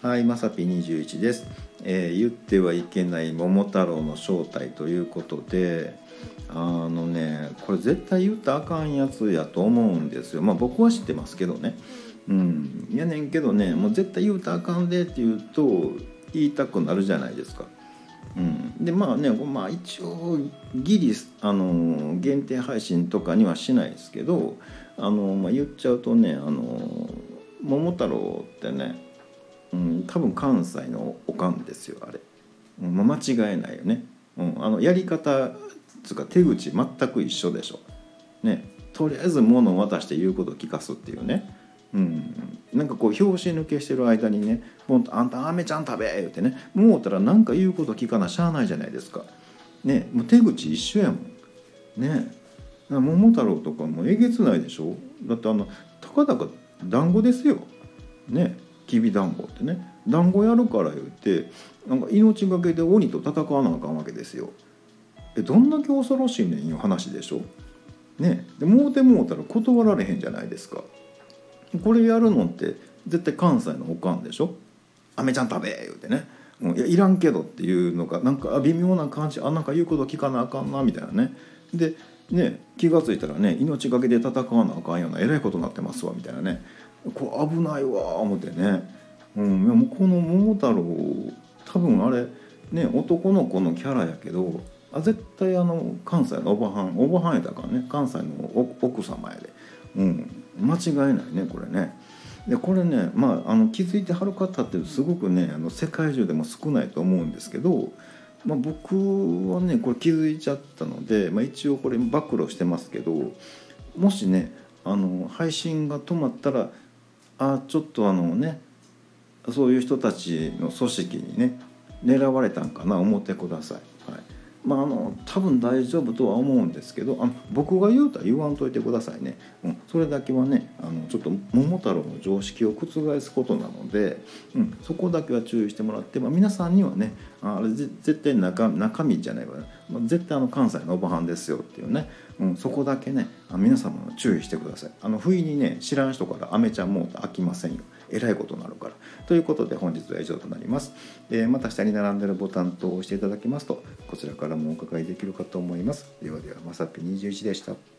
はい、まさぴ21です。言ってはいけない桃太郎の正体ということで、これ絶対言ったらあかんやつやと思うんですよ。僕は知ってますけどね。やねんけどね、もう絶対言うたらあかんでって言うと言いたくなるじゃないですか。で一応ギリ限定配信とかにはしないですけど、言っちゃうとね、桃太郎ってね、多分関西のおかんですよあれ。間違いないよね。やり方つうか手口全く一緒でしょ。ね、とりあえず物を渡して言うことを聞かすっていうね。なんかこう拍子抜けしてる間にね、もうあんたアメちゃん食べ言ってね、もうたらなんか言うこと聞かなしゃあないじゃないですか。ね、もう手口一緒やもん。ね、桃太郎とかもえげつないでしょ。だってたかだか団子ですよ。ね、きびだんごってね、団子やるから言ってなんか命がけで鬼と戦わなあかんわけですよ。どんだけ恐ろしいねんいう話でしょ。ね、でもうてもうたら断られへんじゃないですか。これやるのって絶対関西のおかんでしょ。アメちゃん食べ言うてね、いやいらんけどっていうのがなんか微妙な感じ、なんか言うこと聞かなあかんなみたいなね。でね、気がついたらね、命がけで戦わなあかんようなえらいことになってますわみたいなね。これ危ないわ思ってね。もうこの桃太郎多分あれね、男の子のキャラやけど、絶対関西のおばはんやったからね、関西の奥様やで、間違いないねこれね。でこれね、気づいてはる方ってすごくね、世界中でも少ないと思うんですけど、僕はねこれ気づいちゃったので、一応これ暴露してますけど、もしね配信が止まったらちょっとそういう人たちの組織にね狙われたんかな思ってください。多分大丈夫とは思うんですけど、僕が言うとは言わんといてくださいね。それだけはねちょっと桃太郎の常識を覆すことなので、そこだけは注意してもらって、皆さんにはねあれ絶対中身じゃないわ、絶対関西のおばはんですよっていうね、そこだけね皆様も注意してください。不意にね知らん人から「アメちゃんもう飽きませんよ」えらいことになるから。ということで本日は以上となります。また下に並んでいるボタンと押していただきますとこちらからもお伺いできるかと思います。ではではまさぴ21でした。